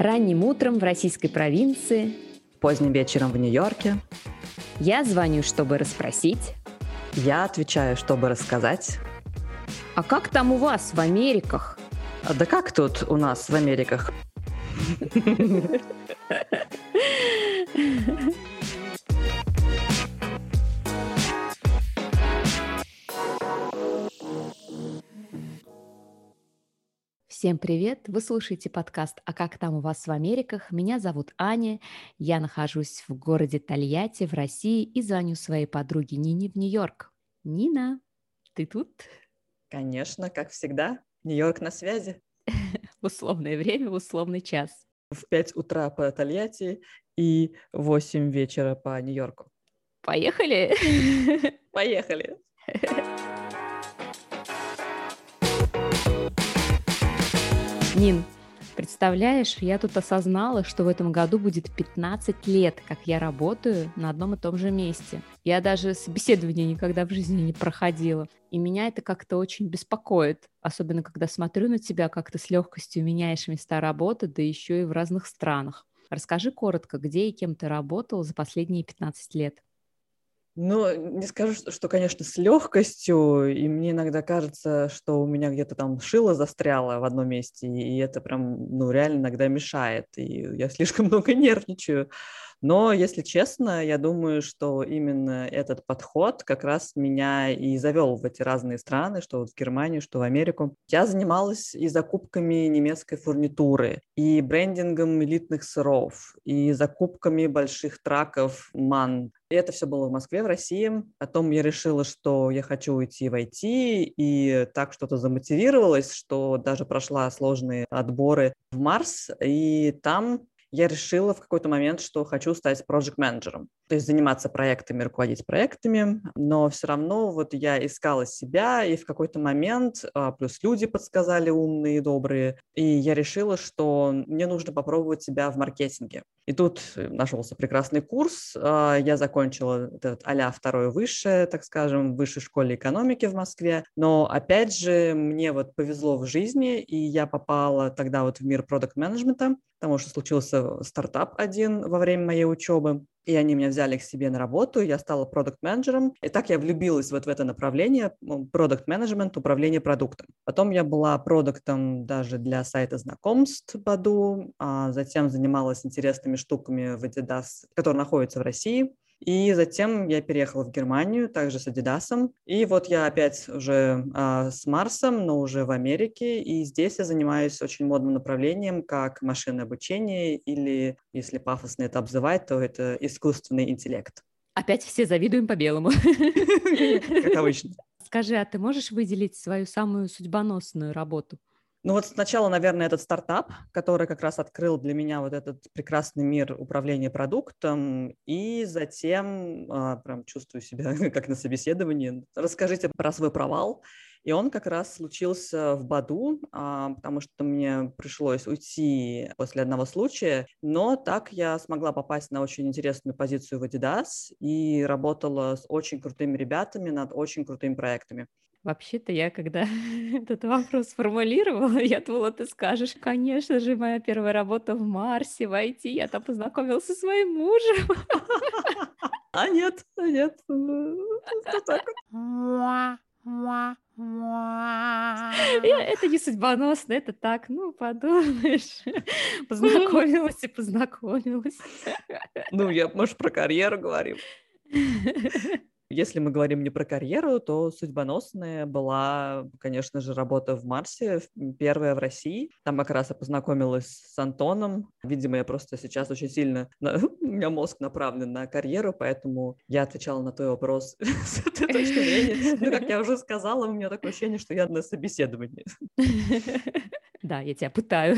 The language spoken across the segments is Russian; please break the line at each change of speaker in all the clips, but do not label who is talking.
Ранним утром в российской провинции,
поздним вечером в Нью-Йорке.
Я звоню, чтобы расспросить.
Я отвечаю, чтобы рассказать.
А как там у вас в Америках?
Да как тут у нас в Америках?
Всем привет! Вы слушаете подкаст «А как там у вас в Америках?». Меня зовут Аня, я нахожусь в городе Тольятти в России и звоню своей подруге Нине в Нью-Йорк. Нина, ты тут?
Конечно, как всегда. Нью-Йорк на связи.
В условное время, в условный час.
В 5 утра по Тольятти и 8 вечера по Нью-Йорку.
Поехали?
Поехали!
Нин, представляешь, я тут осознала, что в этом году будет 15 лет, как я работаю на одном и том же месте. Я даже собеседование никогда в жизни не проходила. И меня это как-то очень беспокоит, особенно когда смотрю на тебя, как ты с легкостью меняешь места работы, да еще и в разных странах. Расскажи коротко, где и кем ты работал за последние 15 лет.
Ну, не скажу, что, конечно, с легкостью, и мне иногда кажется, что у меня где-то там шило застряло в одном месте, и это прям, реально иногда мешает, и я слишком много нервничаю. Но, если честно, я думаю, что именно этот подход как раз меня и завел в эти разные страны, что вот в Германию, что в Америку. Я занималась и закупками немецкой фурнитуры, и брендингом элитных сыров, и закупками больших траков MAN. И это все было в Москве, в России. Потом я решила, что я хочу уйти в IT, и так что-то замотивировалась, что даже прошла сложные отборы в Марс, и там я решила в какой-то момент, что хочу стать проект-менеджером, то есть заниматься проектами, руководить проектами, но все равно вот я искала себя, и в какой-то момент, плюс люди подсказали умные и добрые, и я решила, что мне нужно попробовать себя в маркетинге. И тут нашелся прекрасный курс, я закончила этот а-ля второе высшее, так скажем, в высшей школе экономики в Москве, но опять же мне вот повезло в жизни, и я попала тогда вот в мир продакт-менеджмента, потому что случился стартап один во время моей учебы, и они меня взяли к себе на работу, я стала продакт-менеджером, и так я влюбилась вот в это направление, продакт-менеджмент, управление продуктом. Потом я была продуктом даже для сайта знакомств Badoo, а затем занималась интересными штуками в Adidas, который находится в России. И затем я переехала в Германию, также с Adidas. И вот я опять уже с Марсом, но уже в Америке. И здесь я занимаюсь очень модным направлением, как машинное обучение или, если пафосно это обзывать, то это искусственный интеллект.
Опять все завидуем по белому.
Как обычно.
Скажи, а ты можешь выделить свою самую судьбоносную работу?
Ну вот сначала, наверное, этот стартап, который как раз открыл для меня вот этот прекрасный мир управления продуктом, и затем прям чувствую себя как на собеседовании. Расскажите про свой провал. И он как раз случился в Баду, потому что мне пришлось уйти после одного случая, но так я смогла попасть на очень интересную позицию в Adidas и работала с очень крутыми ребятами над очень крутыми проектами.
Вообще-то я, когда этот вопрос сформулировала, я думала, ты скажешь, конечно же, моя первая работа в Марсе, в IT, я там познакомилась со своим мужем.
А нет. Что так?
Это не судьбоносно, это так, подумаешь, познакомилась и познакомилась.
Я, может, про карьеру говорим. Если мы говорим не про карьеру, то судьбоносная была, конечно же, работа в Марсе, первая в России. Там как раз я познакомилась с Антоном. Видимо, я просто сейчас очень сильно... У меня мозг направлен на карьеру, поэтому я отвечала на твой вопрос с этой точки зрения. Как я уже сказала, у меня такое ощущение, что я на собеседовании.
Да, я тебя пытаю.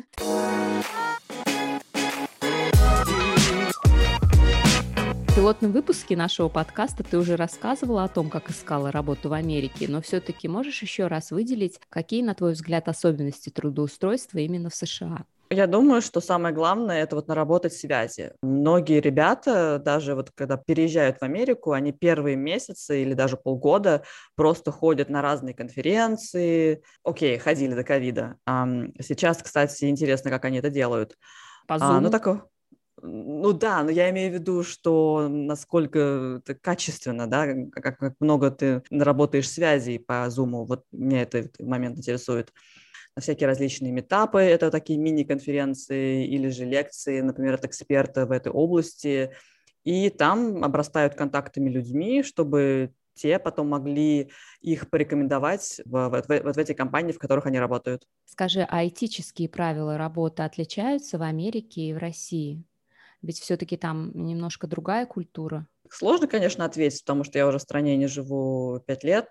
В пилотном выпуске нашего подкаста ты уже рассказывала о том, как искала работу в Америке, но все-таки можешь еще раз выделить, какие, на твой взгляд, особенности трудоустройства именно в США?
Я думаю, что самое главное – это вот наработать связи. Многие ребята, даже вот когда переезжают в Америку, они первые месяцы или даже полгода просто ходят на разные конференции. Окей, ходили до ковида. Сейчас, кстати, интересно, как они это делают.
По
Ну,
Зуму?
так, ну да, но я имею в виду, что насколько это качественно, да, как много ты наработаешь связей по Zoom. Вот меня этот момент интересует. На всякие различные метапы, это такие мини-конференции или же лекции, например, от эксперта в этой области. И там обрастают контактами людьми, чтобы те потом могли их порекомендовать вот в эти компании, в которых они работают.
Скажи, а этические правила работы отличаются в Америке и в России? Ведь все-таки там немножко другая культура.
Сложно, конечно, ответить, потому что я уже в стране не живу 5 лет,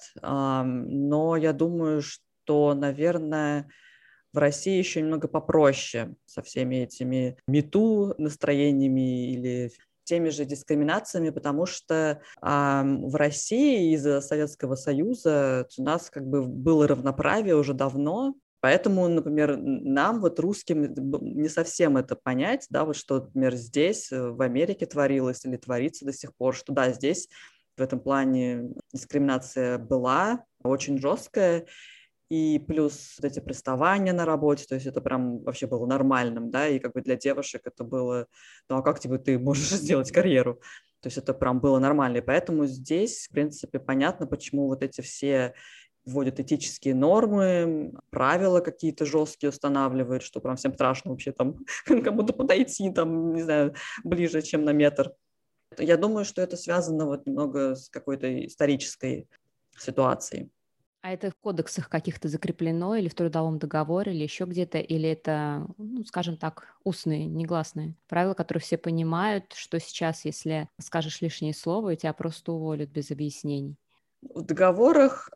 но я думаю, что, наверное, в России еще немного попроще со всеми этими мету настроениями или теми же дискриминациями, потому что в России из-за Советского Союза у нас как бы было равноправие уже давно. Поэтому, например, нам, вот русским, не совсем это понять, да, вот что, например, здесь, в Америке творилось или творится до сих пор, что да, здесь в этом плане дискриминация была очень жесткая, и плюс вот эти приставания на работе, то есть это прям вообще было нормальным, да, и как бы для девушек это было, ну а как тебе ты можешь сделать карьеру? То есть это прям было нормально, и поэтому здесь, в принципе, понятно, почему вот эти все вводят этические нормы, правила какие-то жесткие устанавливают, что прям всем страшно вообще там кому-то подойти, там, не знаю, ближе, чем на метр. Я думаю, что это связано вот немного с какой-то исторической ситуацией.
А это в кодексах каких-то закреплено или в трудовом договоре, или еще где-то, или это, ну, скажем так, устные, негласные правила, которые все понимают, что сейчас, если скажешь лишнее слово, тебя просто уволят без объяснений.
В договорах,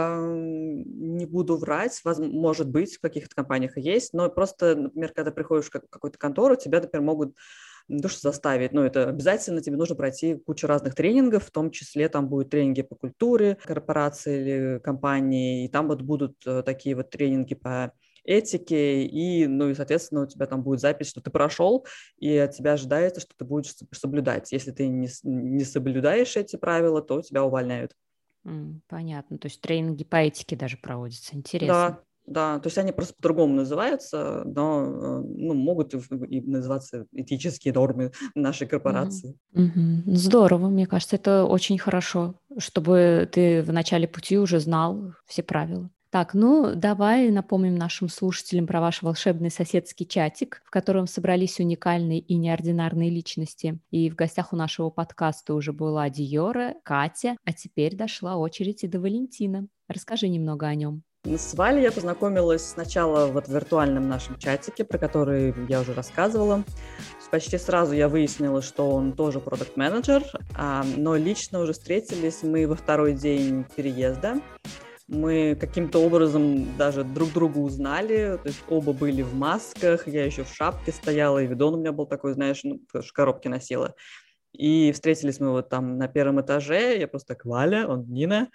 не буду врать, может быть, в каких-то компаниях и есть, но просто, например, когда приходишь в какую-то контору, тебя, например, могут не то, что заставить, но это обязательно тебе нужно пройти кучу разных тренингов, в том числе там будут тренинги по культуре корпорации или компании, и там вот будут такие вот тренинги по этике, и, ну, и, соответственно, у тебя там будет запись, что ты прошел, и от тебя ожидается, что ты будешь соблюдать. Если ты не соблюдаешь эти правила, то тебя увольняют.
Понятно. То есть тренинги по этике даже проводятся. Интересно.
Да, да, то есть они просто по-другому называются, но ну, могут и называться этические нормы нашей
Мгм.
корпорации.
Мгм. Здорово, мне кажется, это очень хорошо, чтобы ты в начале пути уже знал все правила. Так, ну давай напомним нашим слушателям про ваш волшебный соседский чатик, в котором собрались уникальные и неординарные личности. И в гостях у нашего подкаста уже была Диора, Катя, а теперь дошла очередь и до Валентина. Расскажи немного о нем.
С Валей я познакомилась сначала вот в виртуальном нашем чатике, про который я уже рассказывала. Почти сразу я выяснила, что он тоже продакт-менеджер, но лично уже встретились мы во второй день переезда. Мы каким-то образом даже друг друга узнали, то есть оба были в масках, я еще в шапке стояла, и видон у меня был такой, знаешь, ну, коробки носила. И встретились мы вот там на первом этаже, я просто так, Валя, он Нина.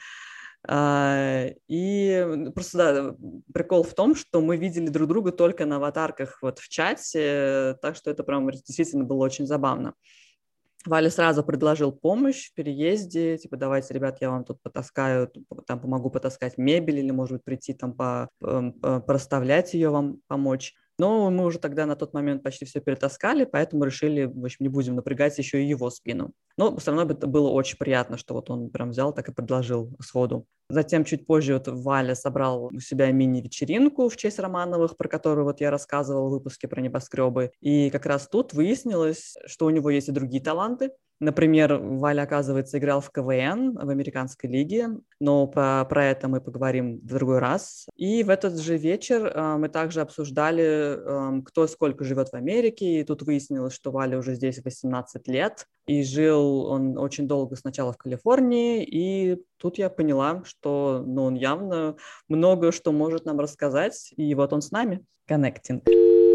И просто, да, прикол в том, что мы видели друг друга только на аватарках вот в чате, так что это прям действительно было очень забавно. Валя сразу предложил помощь в переезде, типа, давайте, ребят, я вам тут потаскаю, там помогу потаскать мебель или, может быть, прийти там проставлять ее вам, помочь. Но мы уже тогда на тот момент почти все перетаскали, поэтому решили, в общем, не будем напрягать еще и его спину. Но все равно это было очень приятно, что вот он прям взял, так и предложил сходу. Затем чуть позже вот Валя собрал у себя мини-вечеринку в честь Романовых, про которую вот я рассказывала в выпуске про небоскребы. И как раз тут выяснилось, что у него есть и другие таланты. Например, Валя, оказывается, играл в КВН в американской лиге, но про это мы поговорим в другой раз. И в этот же вечер мы также обсуждали, кто сколько живет в Америке, и тут выяснилось, что Валя уже здесь 18 лет, и жил он очень долго сначала в Калифорнии, и тут я поняла, что ну, он явно много что может нам рассказать, и вот он с нами. Connecting.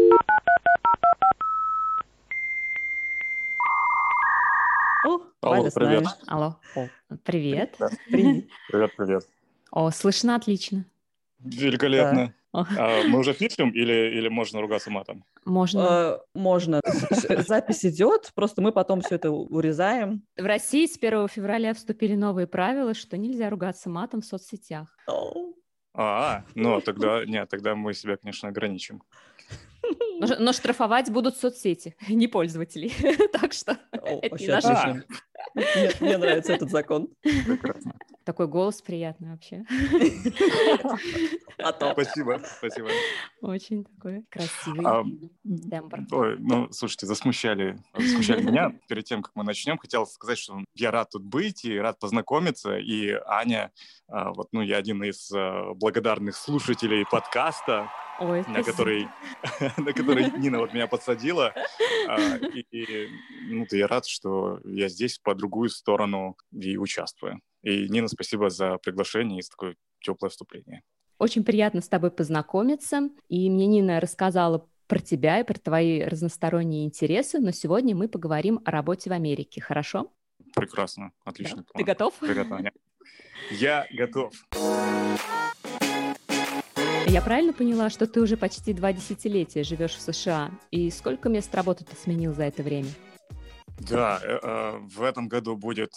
О,
Алло,
Валя с
привет.
нами.
Алло. О, привет.
Привет.
Привет, привет.
О, слышно отлично.
Да.
Великолепно. Мы уже пишем или можно ругаться матом?
Можно.
Можно. Запись идет, просто мы потом все это урезаем.
В России с 1 февраля вступили новые правила, что нельзя ругаться матом в соцсетях.
Ну тогда мы себя, конечно, ограничим.
Но штрафовать будут соцсети, не пользователей. Так что это не наш...
Отлично. Мне нравится этот закон.
Прекрасно.
Такой голос приятный вообще.
Спасибо.
Очень такой красивый тембр.
Слушайте, засмущали меня. Перед тем, как мы начнем, хотел сказать, что я рад тут быть и рад познакомиться. И Аня, я один из благодарных слушателей подкаста, на который Нина меня подсадила. И я рад, что я здесь по другую сторону и участвую. И, Нина, спасибо за приглашение и за такое теплое вступление.
Очень приятно с тобой познакомиться. И мне Нина рассказала про тебя и про твои разносторонние интересы, но сегодня мы поговорим о работе в Америке. Хорошо?
Прекрасно. Отличный план.
Ты готов?
Привет, Аня. Я готов.
Я правильно поняла, что ты уже почти 2 десятилетия живешь в США? И сколько мест работы ты сменил за это время?
Да, в этом году будет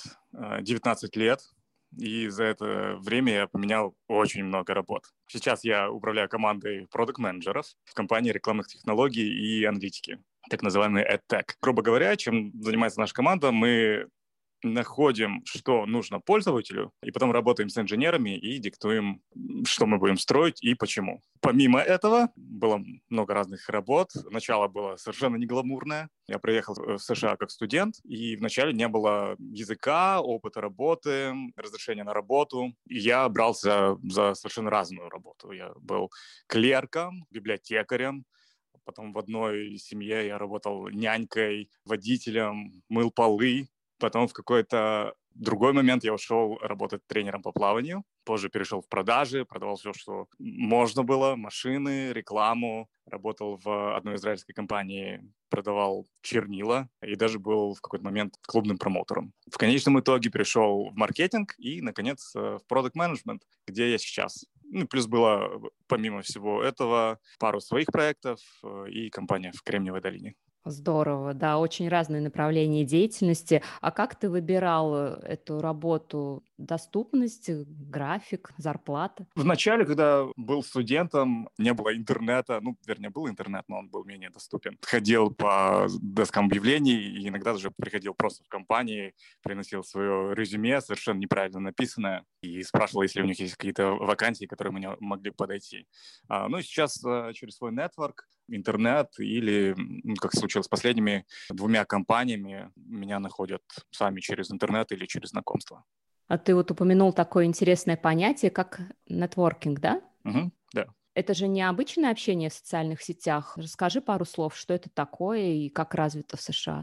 19 лет, и за это время я поменял очень много работ. Сейчас я управляю командой продакт-менеджеров в компании рекламных технологий и аналитики, так называемый EdTech. Грубо говоря, чем занимается наша команда, мы находим, что нужно пользователю, и потом работаем с инженерами и диктуем, что мы будем строить и почему. Помимо этого, было много разных работ. Начало было совершенно не гламурное. Я приехал в США как студент, и вначале не было языка, опыта работы, разрешения на работу. И я брался за совершенно разную работу. Я был клерком, библиотекарем. Потом в одной семье я работал нянькой, водителем, мыл полы. Потом в какой-то другой момент я ушел работать тренером по плаванию. Позже перешел в продажи, продавал все, что можно было, машины, рекламу. Работал в одной израильской компании, продавал чернила и даже был в какой-то момент клубным промоутером. В конечном итоге перешел в маркетинг и, наконец, в продакт-менеджмент, где я сейчас. Плюс было, помимо всего этого, пару своих проектов и компания в Кремниевой долине.
Здорово, да, очень разные направления деятельности. А как ты выбирал эту работу? Доступность, график, зарплата?
Вначале, когда был студентом, не было интернета. Был интернет, но он был менее доступен. Ходил по доскам объявлений и иногда даже приходил просто в компании, приносил свое резюме, совершенно неправильно написанное, и спрашивал, если у них есть какие-то вакансии, которые мне могли подойти. Сейчас через свой нетворк, интернет или, как случилось с последними 2 компаниями, меня находят сами через интернет или через знакомство.
А ты упомянул такое интересное понятие, как нетворкинг, да?
Да.
Это же не обычное общение в социальных сетях. Расскажи пару слов, что это такое и как развито в США.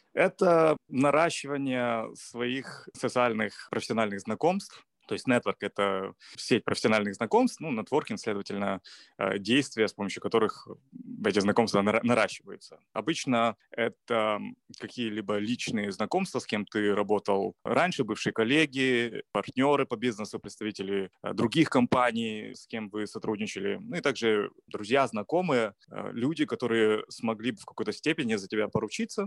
Это наращивание своих социальных профессиональных знакомств. То есть network — это сеть профессиональных знакомств, нетворкинг, следовательно, действия, с помощью которых эти знакомства наращиваются. Обычно это какие-либо личные знакомства, с кем ты работал раньше, бывшие коллеги, партнеры по бизнесу, представители других компаний, с кем вы сотрудничали, и также друзья, знакомые, люди, которые смогли бы в какой-то степени за тебя поручиться.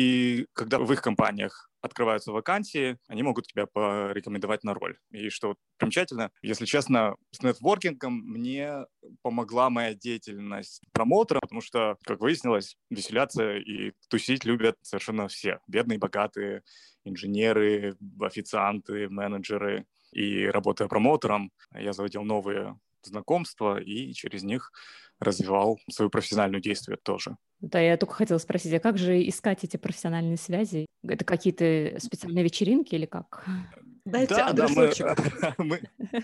И когда в их компаниях открываются вакансии, они могут тебя порекомендовать на роль. И что примечательно, если честно, с нетворкингом мне помогла моя деятельность промоутера, потому что, как выяснилось, веселяться и тусить любят совершенно все. Бедные, богатые, инженеры, официанты, менеджеры. И работая промоутером, я заводил новые знакомства и через них развивал свою профессиональную действие тоже.
Да, я только хотела спросить, а как же искать эти профессиональные связи? Это какие-то специальные вечеринки или как?
Дайте адресочек.
Мы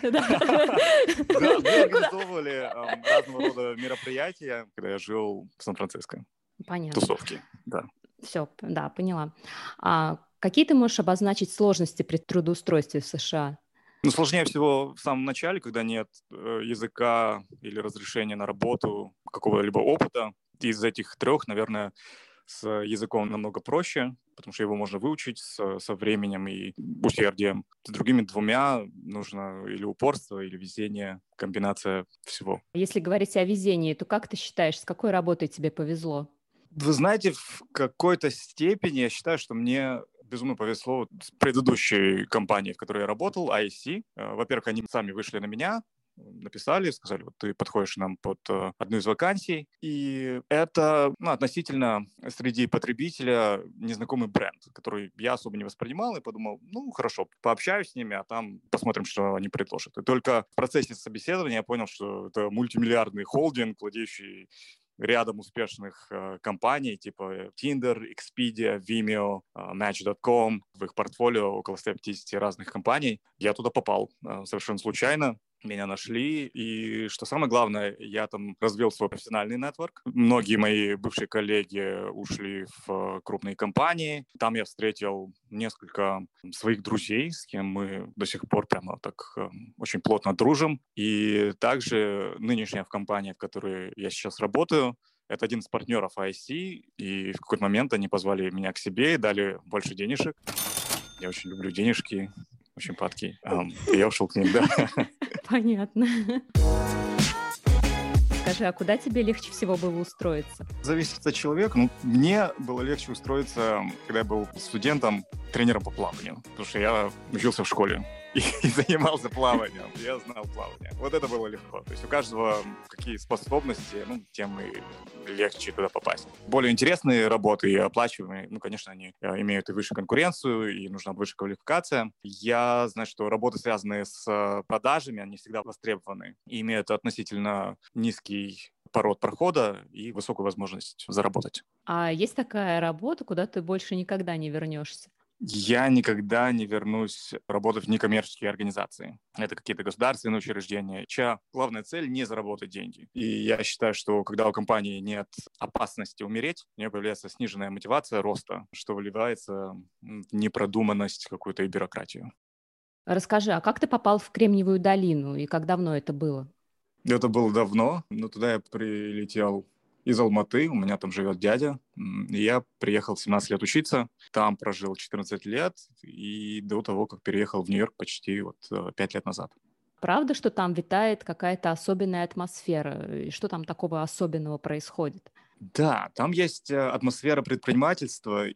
организовывали разного рода мероприятия, когда я жил в Сан-Франциско.
Понятно.
Тусовки, да.
Все, да, поняла. А какие ты можешь обозначить сложности при трудоустройстве в США?
Сложнее всего в самом начале, когда нет языка или разрешения на работу, какого-либо опыта. Из этих 3, наверное, с языком намного проще. потому что его можно выучить со временем и усердием. С другими двумя нужно или упорство, или везение, комбинация всего.
Если говорить о везении, то как ты считаешь, с какой работой тебе повезло?
Вы знаете, в какой-то степени я считаю, что мне безумно повезло с предыдущей компанией, в которой я работал, IC. Во-первых, они сами вышли на меня, написали, сказали, вот ты подходишь нам под одну из вакансий. И это относительно среди потребителя незнакомый бренд, который я особо не воспринимал и подумал, ну, хорошо, пообщаюсь с ними, а там посмотрим, что они предложат. И только в процессе собеседования я понял, что это мультимиллиардный холдинг, владеющий рядом успешных компаний, типа Tinder, Expedia, Vimeo, Match.com. В их портфолио около 150 разных компаний. Я туда попал совершенно случайно. Меня нашли, и что самое главное, я там развил свой профессиональный нетворк. Многие мои бывшие коллеги ушли в крупные компании. Там я встретил несколько своих друзей, с кем мы до сих пор прямо так очень плотно дружим. И также нынешняя компания, в которой я сейчас работаю, это один из партнеров IC, и в какой-то момент они позвали меня к себе и дали больше денежек. Я очень люблю денежки, очень падкий. И я ушел к ним, да.
Понятно. Скажи, а куда тебе легче всего было устроиться?
Зависит от человека. Мне было легче устроиться, когда я был студентом, тренером по плаванию. Потому что я учился в школе и занимался плаванием. Я знал плавание. Вот это было легко. То есть у каждого какие способности, тем и легче туда попасть. Более интересные работы и оплачиваемые, конечно, они имеют и выше конкуренцию, и нужна выше квалификация. Я знаю, что работы, связанные с продажами, они всегда востребованы и имеют относительно низкий пород прохода и высокую возможность заработать.
А есть такая работа, куда ты больше никогда не вернешься?
Я никогда не вернусь работать в некоммерческие организации. Это какие-то государственные учреждения, чья главная цель — не заработать деньги. И я считаю, что когда у компании нет опасности умереть, у нее появляется сниженная мотивация роста, что выливается в непродуманность какую-то и бюрократию.
Расскажи, а как ты попал в Кремниевую долину и как давно это было?
Это было давно, но туда я прилетел из Алматы, у меня там живет дядя, и я приехал в 17 лет учиться, там прожил 14 лет, и до того, как переехал в Нью-Йорк почти 5 лет назад.
Правда, что там витает какая-то особенная атмосфера? И что там такого особенного происходит?
Да, там есть атмосфера предпринимательства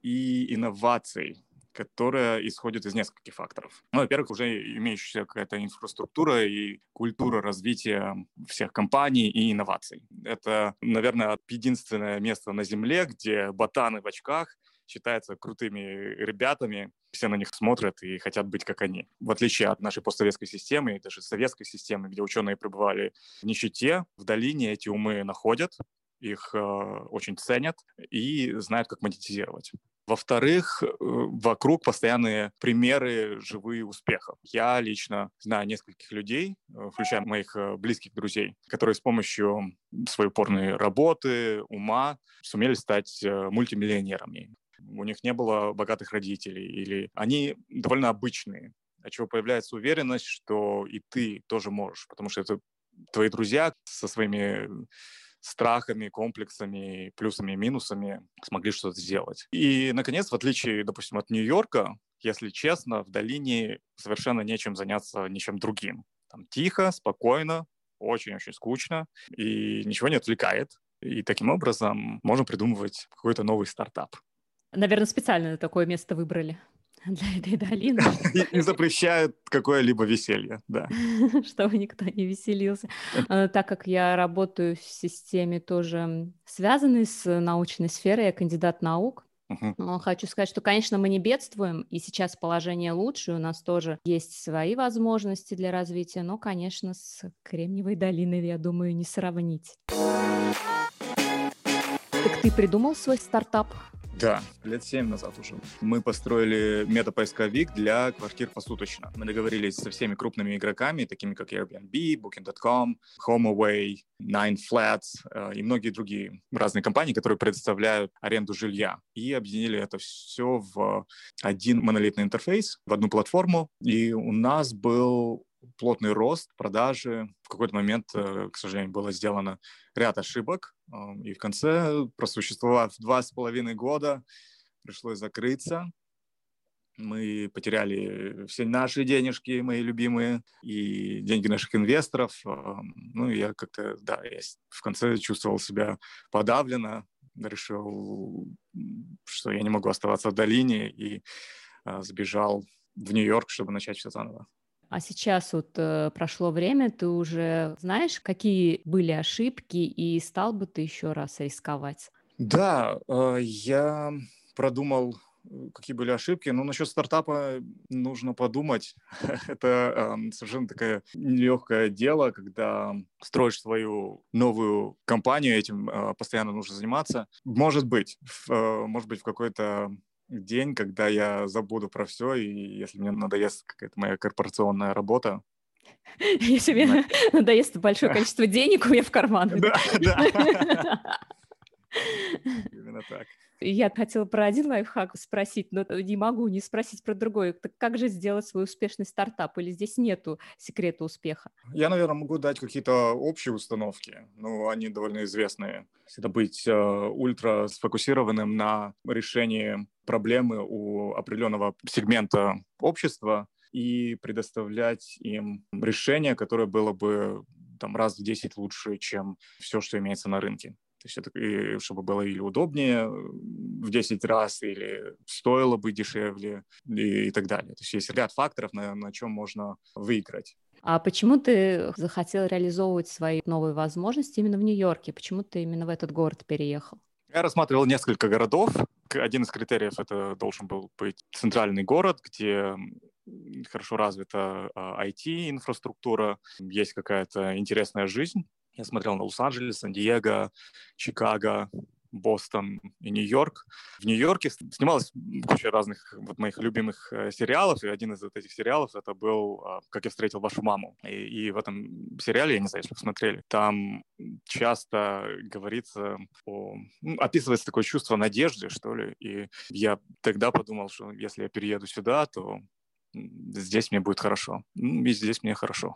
и инноваций, которая исходит из нескольких факторов. Во-первых, уже имеющаяся какая-то инфраструктура и культура развития всех компаний и инноваций. Это, наверное, единственное место на Земле, где ботаны в очках считаются крутыми ребятами, все на них смотрят и хотят быть как они. В отличие от нашей постсоветской системы и даже советской системы, где ученые пребывали в нищете, в долине эти умы находят, их очень ценят и знают, как монетизировать. Во-вторых, вокруг постоянные примеры живые успехов. Я лично знаю нескольких людей, включая моих близких друзей, которые с помощью своей упорной работы, ума сумели стать мультимиллионерами. У них не было богатых родителей, или они довольно обычные, от чего появляется уверенность, что и ты тоже можешь, потому что это твои друзья со своими страхами, комплексами, плюсами и минусами смогли что-то сделать. И, наконец, в отличие, допустим, от Нью-Йорка, если честно, в долине совершенно нечем заняться ничем другим. Там тихо, спокойно, очень-очень скучно, и ничего не отвлекает. И таким образом можно придумывать какой-то новый стартап.
Наверное, специально такое место выбрали для этой долины.
И запрещают какое-либо веселье, да.
Чтобы никто не веселился. Так как я работаю в системе тоже связанной с научной сферой, я кандидат наук, хочу сказать, что, конечно, мы не бедствуем, и сейчас положение лучше, у нас тоже есть свои возможности для развития, но, конечно, с Кремниевой долиной, я думаю, не сравнить. Так ты придумал свой стартап?
Да, лет 7 назад уже. Мы построили метапоисковик для квартир посуточно. Мы договорились со всеми крупными игроками, такими как Airbnb, Booking.com, HomeAway, Nine Flats и многие другие разные компании, которые предоставляют аренду жилья. И объединили это все в один монолитный интерфейс, в одну платформу. И у нас был плотный рост, продажи. В какой-то момент, к сожалению, было сделано ряд ошибок. И в конце, просуществовав 2,5 года, пришлось закрыться. Мы потеряли все наши денежки, мои любимые, и деньги наших инвесторов. Ну, я как-то, да, я в конце чувствовал себя подавленно, решил, что я не могу оставаться в долине, и сбежал в Нью-Йорк, чтобы начать все заново.
А сейчас вот прошло время, ты уже знаешь, какие были ошибки, и стал бы ты еще раз рисковать?
Да, я продумал, какие были ошибки. Но насчет стартапа нужно подумать. Это совершенно такое нелегкое дело, когда строишь свою новую компанию, этим постоянно нужно заниматься. Может быть, в какой-то день, когда я забуду про все, и если мне надоест какая-то моя корпорационная работа.
Если мне надоест большое количество денег у меня в карманах.
Да, да. Именно так.
Я хотела про один лайфхак спросить, но не могу не спросить про другой. Так как же сделать свой успешный стартап? Или здесь нету секрета успеха?
Я, наверное, могу дать какие-то общие установки, но они довольно известные. Это быть ультра сфокусированным на решении проблемы у определенного сегмента общества и предоставлять им решение, которое было бы там, раз в 10 лучше, чем все, что имеется на рынке. То есть это, чтобы было или удобнее в 10 раз, или стоило бы дешевле, и так далее. То есть есть ряд факторов, на чем можно выиграть.
А почему ты захотел реализовывать свои новые возможности именно в Нью-Йорке? Почему ты именно в этот город переехал?
Я рассматривал несколько городов. Один из критериев — это должен был быть центральный город, где хорошо развита IT-инфраструктура, есть какая-то интересная жизнь. Я смотрел на Лос-Анджелес, Сан-Диего, Чикаго, Бостон и Нью-Йорк. В Нью-Йорке снималась куча разных моих любимых сериалов, и один из этих сериалов это был «Как я встретил вашу маму». И в этом сериале, я не знаю, если вы смотрели, там часто говорится описывается такое чувство надежды, что ли. И я тогда подумал, что если я перееду сюда, то здесь мне будет хорошо. И здесь мне хорошо.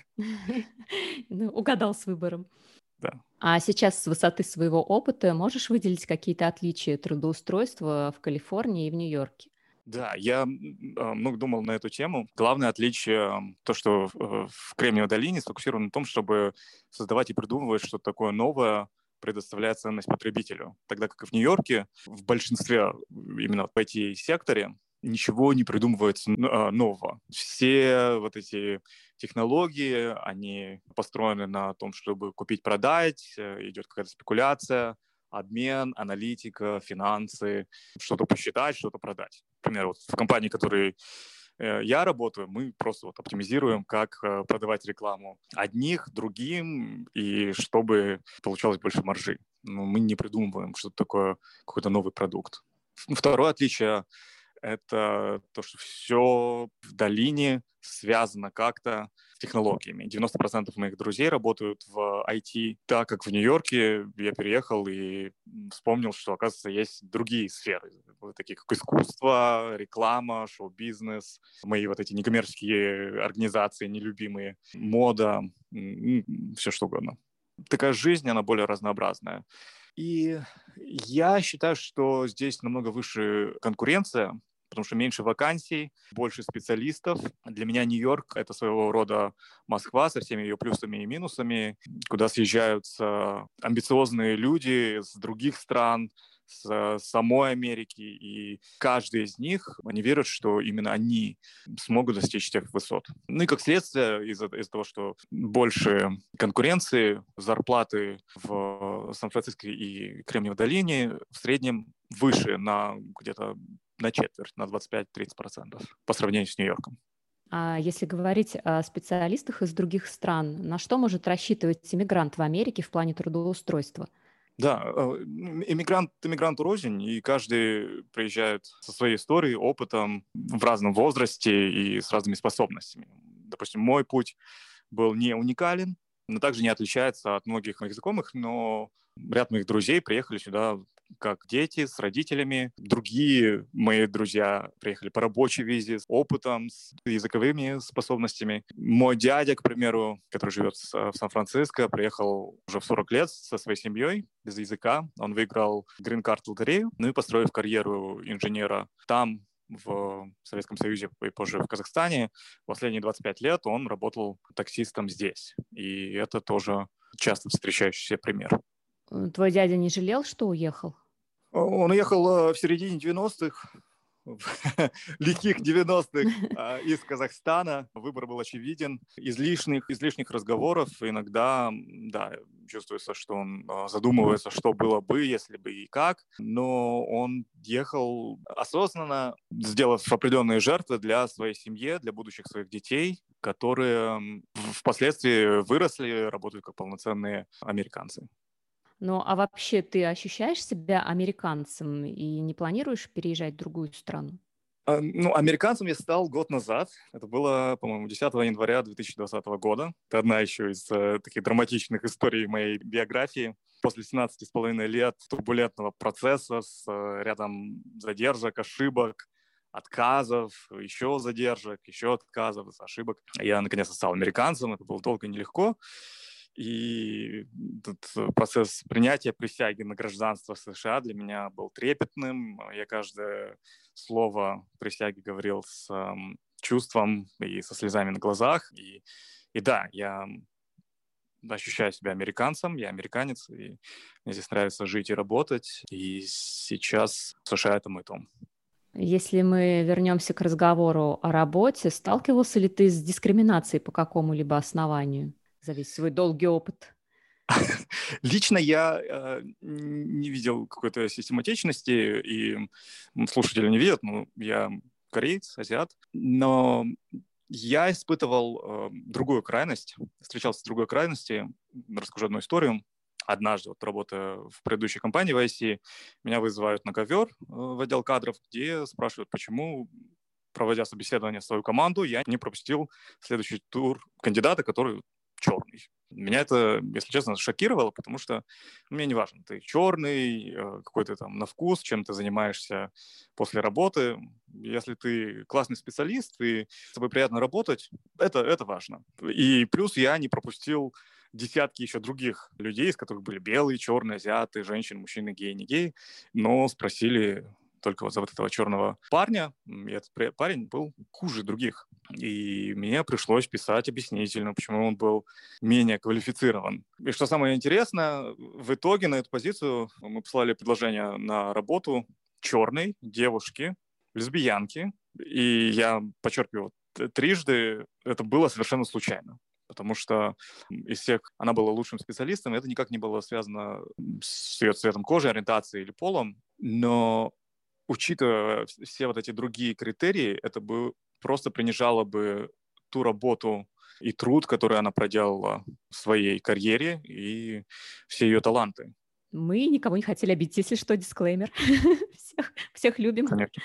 Угадал с выбором.
Да.
А сейчас с высоты своего опыта можешь выделить какие-то отличия трудоустройства в Калифорнии и в Нью-Йорке?
Да, я много думал на эту тему. Главное отличие то, что в Кремниевой долине сфокусировано на том, чтобы создавать и придумывать что-то такое новое, предоставляя ценность потребителю. Тогда как и в Нью-Йорке, в большинстве именно в IT-секторе ничего не придумывается нового. Все вот эти технологии, они построены на том, чтобы купить-продать, идет какая-то спекуляция, обмен, аналитика, финансы, что-то посчитать, что-то продать. Например, вот в компании, в которой я работаю, мы просто оптимизируем, как продавать рекламу одних, другим, и чтобы получалось больше маржи. Но мы не придумываем что-то такое, какой-то новый продукт. Второе отличие — это то, что все в долине связано как-то с технологиями. 90% моих друзей работают в IT, так как в Нью-Йорке я переехал и вспомнил, что, оказывается, есть другие сферы, такие как искусство, реклама, шоу-бизнес, мои вот эти некоммерческие организации нелюбимые, мода, все что угодно. Такая жизнь, она более разнообразная. И я считаю, что здесь намного выше конкуренция, потому что меньше вакансий, больше специалистов. Для меня Нью-Йорк — это своего рода Москва со всеми ее плюсами и минусами, куда съезжаются амбициозные люди с других стран, с самой Америки, и каждый из них, они верят, что именно они смогут достичь тех высот. Ну и как следствие из-за того, что больше конкуренции, зарплаты в Сан-Франциско и Кремниевой долине в среднем выше на где-то на четверть, на 25-30% по сравнению с Нью-Йорком.
А если говорить о специалистах из других стран, на что может рассчитывать иммигрант в Америке в плане трудоустройства?
Да, иммигранту рознь, и каждый приезжает со своей историей, опытом в разном возрасте и с разными способностями. Допустим, мой путь был не уникален, но также не отличается от многих моих знакомых, но ряд моих друзей приехали сюда как дети с родителями. Другие мои друзья приехали по рабочей визе, с опытом, с языковыми способностями. Мой дядя, к примеру, который живет в Сан-Франциско, приехал уже в 40 лет со своей семьей без языка. Он выиграл грин-карт лотерею, ну и построив карьеру инженера там, в Советском Союзе и позже в Казахстане. Последние 25 лет он работал таксистом здесь. И это тоже часто встречающийся пример.
Твой дядя не жалел, что уехал?
Он уехал в середине 90-х, в лихих 90-х из Казахстана. Выбор был очевиден. Излишних разговоров. Иногда, да, чувствуется, что он задумывается, что было бы, если бы и как. Но он ехал осознанно, сделав определенные жертвы для своей семьи, для будущих своих детей, которые впоследствии выросли, работают как полноценные американцы.
Ну, а вообще ты ощущаешь себя американцем и не планируешь переезжать в другую страну?
Ну, американцем я стал год назад. Это было, по-моему, 10 января 2020 года. Это одна еще из таких драматичных историй моей биографии. После 17,5 лет турбулентного процесса с рядом задержек, ошибок, отказов, еще задержек, еще отказов, ошибок. Я, наконец-то, стал американцем. Это было долго и нелегко. И этот процесс принятия присяги на гражданство США для меня был трепетным. Я каждое слово присяги говорил с чувством и со слезами на глазах. И да, я ощущаю себя американцем, я американец, и мне здесь нравится жить и работать. И сейчас США — это мой дом.
Если мы вернемся к разговору о работе, сталкивался ли ты с дискриминацией по какому-либо основанию за весь свой долгий опыт?
Лично я не видел какой-то систематичности, и слушатели не видят, но я кореец, азиат, но я испытывал другую крайность, встречался с другой крайностью. Расскажу одну историю. Однажды, вот работая в предыдущей компании в IC, меня вызывают на ковер в отдел кадров, где спрашивают, почему, проводя собеседование в свою команду, я не пропустил следующий тур кандидата, который черный. Меня это, если честно, шокировало, потому что мне не важно, ты черный, какой ты там на вкус, чем ты занимаешься после работы. Если ты классный специалист и с тобой приятно работать, это важно. И плюс я не пропустил десятки еще других людей, из которых были белые, черные, азиаты, женщины, мужчины, геи, не геи, но спросили только вот за вот этого черного парня, и этот парень был хуже других. И мне пришлось писать объяснительно, почему он был менее квалифицирован. И что самое интересное, в итоге на эту позицию мы послали предложение на работу черной девушки, лесбиянки. И я подчеркиваю, трижды это было совершенно случайно. Потому что из всех она была лучшим специалистом, и это никак не было связано с ее цветом кожи, ориентацией или полом. Но учитывая все вот эти другие критерии, это бы просто принижало бы ту работу и труд, который она проделала в своей карьере, и все ее таланты.
Мы никого не хотели обидеть, если что, дисклеймер. Всех любим.
Конечно.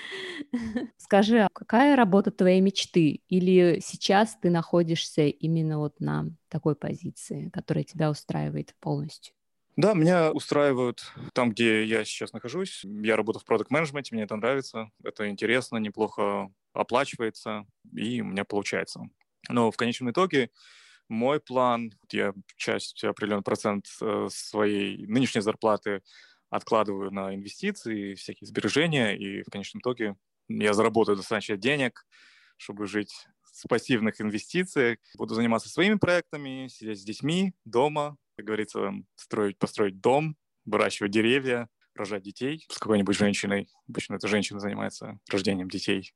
Скажи, а какая работа твоей мечты? Или сейчас ты находишься именно вот на такой позиции, которая тебя устраивает полностью?
Да, меня устраивают там, где я сейчас нахожусь. Я работаю в продакт-менеджменте, мне это нравится. Это интересно, неплохо оплачивается, и у меня получается. Но в конечном итоге мой план, я часть, определенный процент своей нынешней зарплаты откладываю на инвестиции, всякие сбережения, и в конечном итоге я заработаю достаточно денег, чтобы жить с пассивных инвестиций. Буду заниматься своими проектами, сидеть с детьми дома, как говорится, построить дом, выращивать деревья, рожать детей с какой-нибудь женщиной. Обычно эта женщина занимается рождением детей.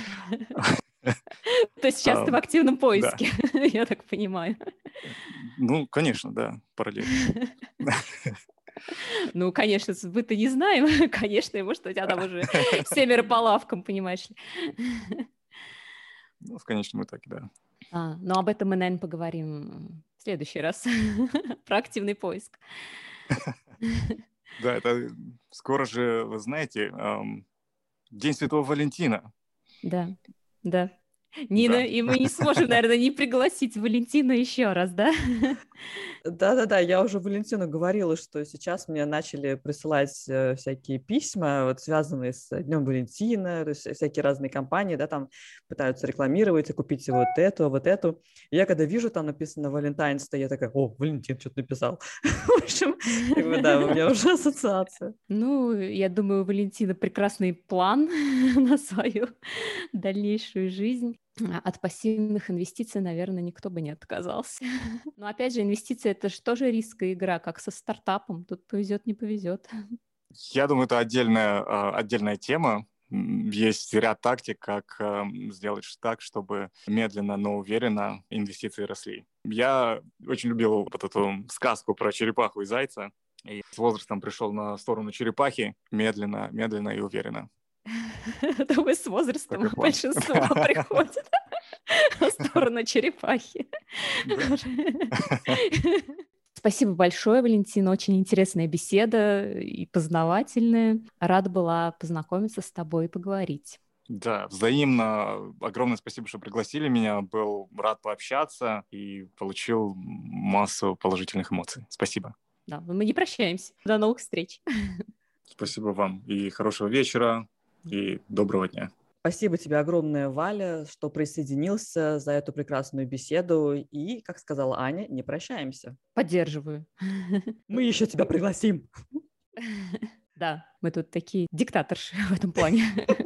То есть сейчас ты в активном поиске, я так понимаю.
Ну, конечно, да, параллельно.
Ну, конечно, мы-то не знаем, конечно, может, у тебя там уже 7 по лавкам, понимаешь ли.
Ну, в конечном итоге, да.
Но об этом мы, наверное, поговорим в следующий раз, про активный поиск.
Да, это скоро же, вы знаете, День Святого Валентина.
Да. Нина, и мы не сможем, наверное, не пригласить Валентина еще раз, да?
Да-да-да, я уже Валентину говорила, что сейчас мне начали присылать всякие письма, вот, связанные с Днем Валентина, то есть всякие разные компании, да, там пытаются рекламировать и купить вот эту, вот эту. И я когда вижу, там написано Valentine's Day, я такая: о, Валентин что-то написал. В общем, да, у меня уже ассоциация.
Ну, я думаю, у Валентина прекрасный план на свою дальнейшую жизнь. От пассивных инвестиций, наверное, никто бы не отказался. Но опять же, инвестиции — это же тоже рисковая игра, как со стартапом. Тут повезет, не повезет.
Я думаю, это отдельная тема. Есть ряд тактик, как сделать так, чтобы медленно, но уверенно инвестиции росли. Я очень любил вот эту сказку про черепаху и зайца, и с возрастом пришел на сторону черепахи медленно, медленно и уверенно.
Думаю, с возрастом большинство приходит в сторону черепахи. Спасибо большое, Валентина. Очень интересная беседа и познавательная. Рада была познакомиться с тобой и поговорить.
Да, взаимно. Огромное спасибо, что пригласили меня. Был рад пообщаться и получил массу положительных эмоций. Спасибо.
Да, мы не прощаемся. До новых встреч.
Спасибо вам. И хорошего вечера, и доброго дня.
Спасибо тебе огромное, Валя, что присоединился за эту прекрасную беседу. И, как сказала Аня, не прощаемся.
Поддерживаю.
Мы еще тебя пригласим.
Да, мы тут такие диктаторши в этом плане.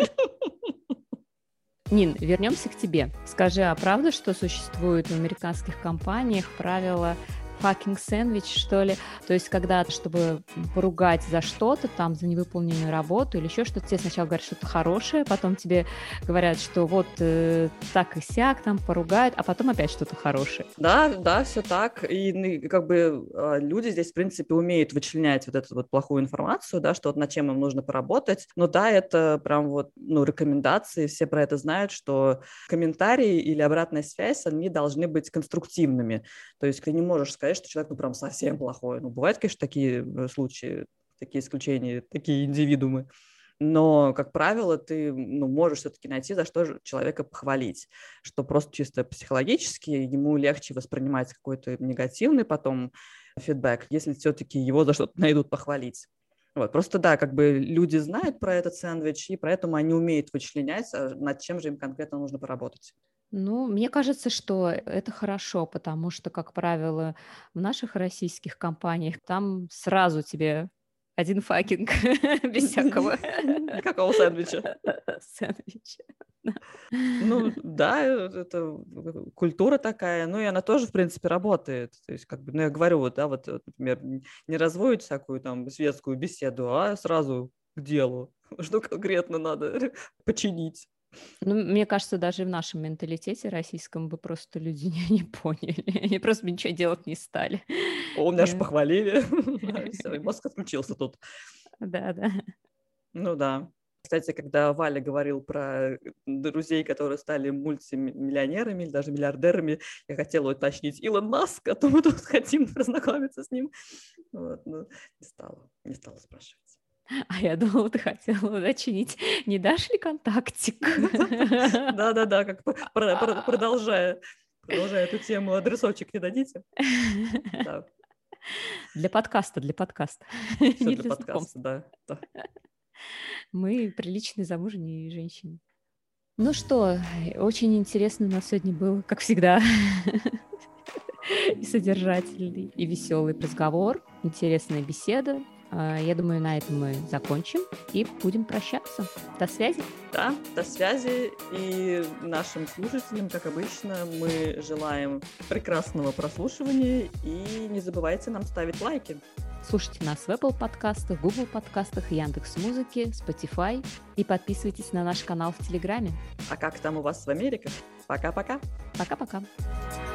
Нин, вернемся к тебе. Скажи, а правда, что существует в американских компаниях правило fucking сэндвич, что ли? То есть, когда, чтобы поругать за что-то, там, за невыполненную работу или еще что-то, тебе сначала говорят что-то хорошее, потом тебе говорят, что вот так и сяк, там, поругают, а потом опять что-то хорошее.
Да, все так. И как бы люди здесь, в принципе, умеют вычленять вот эту вот плохую информацию, да, что вот над чем им нужно поработать. Но да, это прям вот, рекомендации, все про это знают, что комментарии или обратная связь, они должны быть конструктивными. То есть ты не можешь сказать, что человек, прям совсем плохой. Бывают, конечно, такие случаи, такие исключения, такие индивидуумы. Но, как правило, ты можешь все-таки найти, за что человека похвалить, что просто чисто психологически ему легче воспринимать какой-то негативный потом фидбэк, если все-таки его за что-то найдут похвалить. Вот. Просто да, как бы люди знают про этот сэндвич, и поэтому они умеют вычленять, над чем же им конкретно нужно поработать.
Мне кажется, что это хорошо, потому что, как правило, в наших российских компаниях там сразу тебе один факинг без всякого.
Какого сэндвича?
Сэндвича.
Да, это культура такая, и она тоже, в принципе, работает. То есть, как бы, я говорю, например, не разводить всякую там светскую беседу, а сразу к делу, что конкретно надо починить.
Мне кажется, даже в нашем менталитете российском бы просто люди не поняли. Они просто ничего делать не стали.
О, меня же похвалили. Все, и мозг отключился тут.
Да.
Да. Кстати, когда Валя говорил про друзей, которые стали мультимиллионерами или даже миллиардерами, я хотела уточнить Илон Маск, а то мы тут хотим познакомиться с ним. Не стала спрашивать.
А я думала, ты хотела уточнить, не дашь ли контактик?
Да, как продолжая эту тему, адресочек не дадите? Да.
Для подкаста.
Все для подкаста, да.
Мы приличные замужние женщины. Ну что, очень интересный у нас сегодня был, как всегда, и содержательный, и веселый разговор, интересная беседа. Я думаю, на этом мы закончим и будем прощаться. До связи.
Да, до связи. И нашим слушателям, как обычно, мы желаем прекрасного прослушивания. И не забывайте нам ставить лайки.
Слушайте нас в Apple подкастах, Google подкастах, Яндекс.Музыке, Spotify. И подписывайтесь на наш канал в Телеграме.
А как там у вас в Америке? Пока-пока.
Пока-пока.